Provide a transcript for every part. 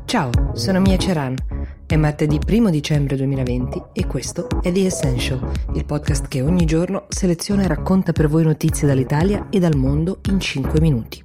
Ciao, sono Mia Ceran. È martedì 1 dicembre 2020 e questo è The Essential, il podcast che ogni giorno seleziona e racconta per voi notizie dall'Italia e dal mondo in 5 minuti.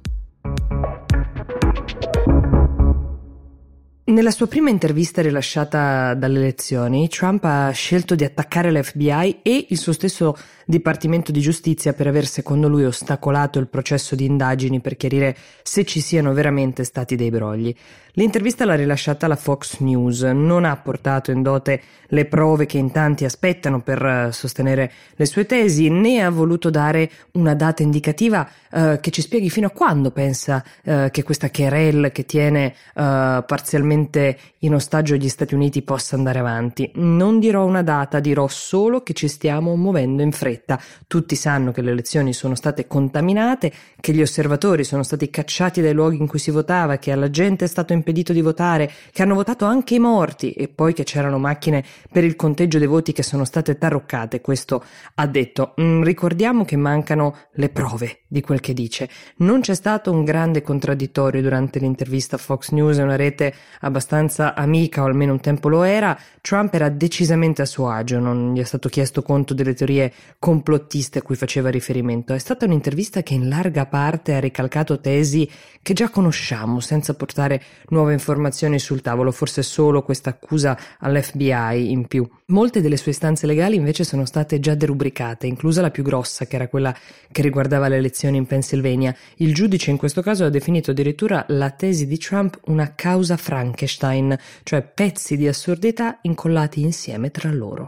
Nella sua prima intervista rilasciata dalle elezioni, Trump ha scelto di attaccare l'FBI e il suo stesso Dipartimento di Giustizia per aver, secondo lui, ostacolato il processo di indagini per chiarire se ci siano veramente stati dei brogli. L'intervista l'ha rilasciata la Fox News, non ha portato in dote le prove che in tanti aspettano per sostenere le sue tesi, né ha voluto dare una data indicativa che ci spieghi fino a quando pensa che questa querelle che tiene parzialmente in ostaggio gli Stati Uniti possa andare avanti. Non dirò una data, dirò solo che ci stiamo muovendo in fretta. Tutti sanno che le elezioni sono state contaminate, che gli osservatori sono stati cacciati dai luoghi in cui si votava, che alla gente è stato impedito di votare, che hanno votato anche i morti e poi che c'erano macchine per il conteggio dei voti che sono state taroccate. Questo ha detto. Ricordiamo che mancano le prove di quel che dice. Non c'è stato un grande contraddittorio durante l'intervista a Fox News, è una rete abbastanza amica, o almeno un tempo lo era. Trump era decisamente a suo agio, non gli è stato chiesto conto delle teorie complottiste a cui faceva riferimento. È stata un'intervista che in larga parte ha ricalcato tesi che già conosciamo, senza portare nuove informazioni sul tavolo, forse solo questa accusa all'FBI in più. Molte delle sue istanze legali invece sono state già derubricate, inclusa la più grossa, che era quella che riguardava le elezioni in Pennsylvania. Il giudice in questo caso ha definito addirittura la tesi di Trump una causa Frankenstein, cioè pezzi di assurdità incollati insieme tra loro.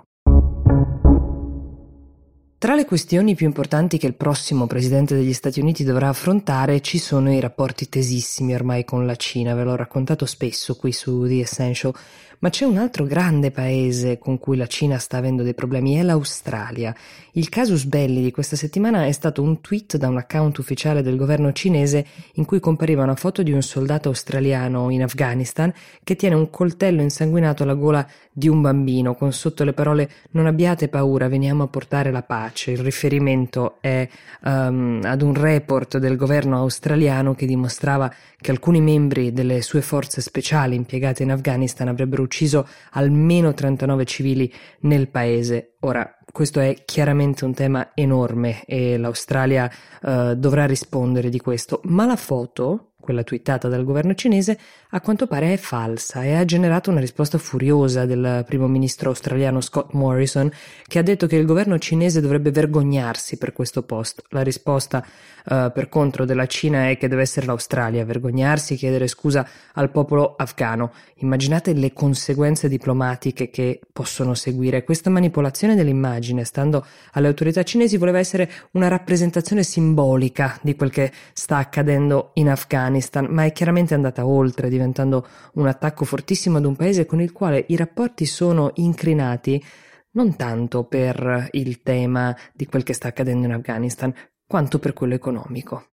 Tra le questioni più importanti che il prossimo presidente degli Stati Uniti dovrà affrontare ci sono i rapporti tesissimi ormai con la Cina, ve l'ho raccontato spesso qui su The Essential, ma c'è un altro grande paese con cui la Cina sta avendo dei problemi, è l'Australia. Il casus belli di questa settimana è stato un tweet da un account ufficiale del governo cinese in cui compariva una foto di un soldato australiano in Afghanistan che tiene un coltello insanguinato alla gola di un bambino, con sotto le parole «Non abbiate paura, veniamo a portare la pace». Il riferimento è ad un report del governo australiano che dimostrava che alcuni membri delle sue forze speciali impiegate in Afghanistan avrebbero ucciso almeno 39 civili nel paese. Ora, questo è chiaramente un tema enorme e l'Australia dovrà rispondere di questo, ma la foto, quella twittata dal governo cinese, a quanto pare è falsa e ha generato una risposta furiosa del primo ministro australiano Scott Morrison, che ha detto che il governo cinese dovrebbe vergognarsi per questo post. La risposta per contro della Cina è che deve essere l'Australia a vergognarsi e chiedere scusa al popolo afghano. Immaginate le conseguenze diplomatiche che possono seguire. Questa manipolazione dell'immagine, stando alle autorità cinesi, voleva essere una rappresentazione simbolica di quel che sta accadendo in Afghanistan, ma è chiaramente andata oltre, diventando un attacco fortissimo ad un paese con il quale i rapporti sono incrinati non tanto per il tema di quel che sta accadendo in Afghanistan, quanto per quello economico.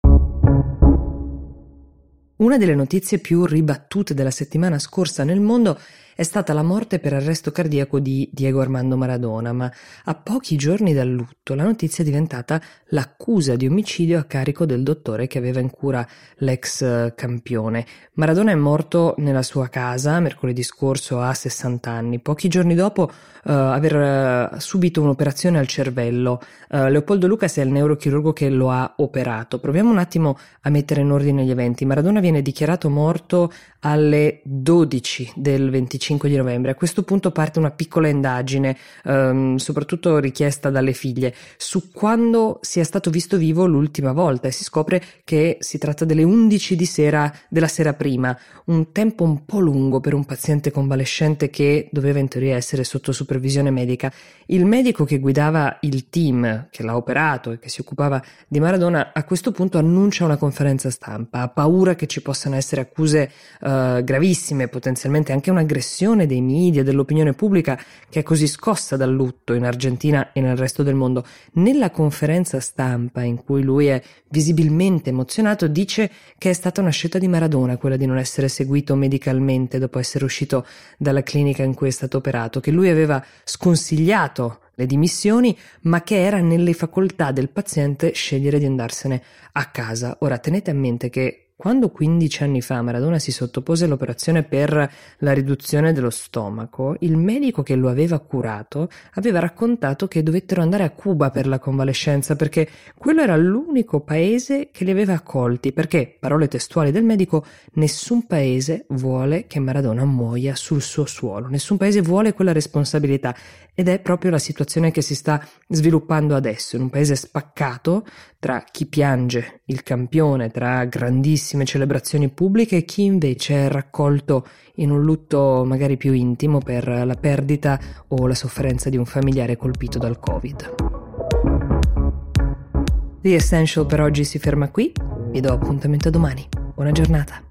Una delle notizie più ribattute della settimana scorsa nel mondo è stata la morte per arresto cardiaco di Diego Armando Maradona, ma a pochi giorni dal lutto la notizia è diventata l'accusa di omicidio a carico del dottore che aveva in cura l'ex campione. Maradona è morto nella sua casa mercoledì scorso a 60 anni, pochi giorni dopo aver subito un'operazione al cervello. Leopoldo Lucas è il neurochirurgo che lo ha operato. Proviamo un attimo a mettere in ordine gli eventi. Maradona viene dichiarato morto alle 12 del 25 di novembre. A questo punto parte una piccola indagine, soprattutto richiesta dalle figlie, su quando sia stato visto vivo l'ultima volta, e si scopre che si tratta delle 11 della sera prima, un tempo un po' lungo per un paziente convalescente che doveva in teoria essere sotto supervisione medica. Il medico che guidava il team che l'ha operato e che si occupava di Maradona a questo punto annuncia una conferenza stampa, ha paura che ci possano essere accuse gravissime, potenzialmente anche un'aggressione dei media, dell'opinione pubblica che è così scossa dal lutto in Argentina e nel resto del mondo. Nella conferenza stampa in cui lui è visibilmente emozionato dice che è stata una scelta di Maradona quella di non essere seguito medicalmente dopo essere uscito dalla clinica in cui è stato operato, che lui aveva sconsigliato le dimissioni, ma che era nelle facoltà del paziente scegliere di andarsene a casa. Ora tenete a mente che quando 15 anni fa Maradona si sottopose all'operazione per la riduzione dello stomaco, il medico che lo aveva curato aveva raccontato che dovettero andare a Cuba per la convalescenza perché quello era l'unico paese che li aveva accolti, perché, parole testuali del medico, nessun paese vuole che Maradona muoia sul suo suolo, nessun paese vuole quella responsabilità, ed è proprio la situazione che si sta sviluppando adesso, in un paese spaccato tra chi piange il campione, tra grandissime celebrazioni pubbliche, e chi invece è raccolto in un lutto magari più intimo per la perdita o la sofferenza di un familiare colpito dal Covid. The Essential per oggi si ferma qui, vi do appuntamento domani. Buona giornata.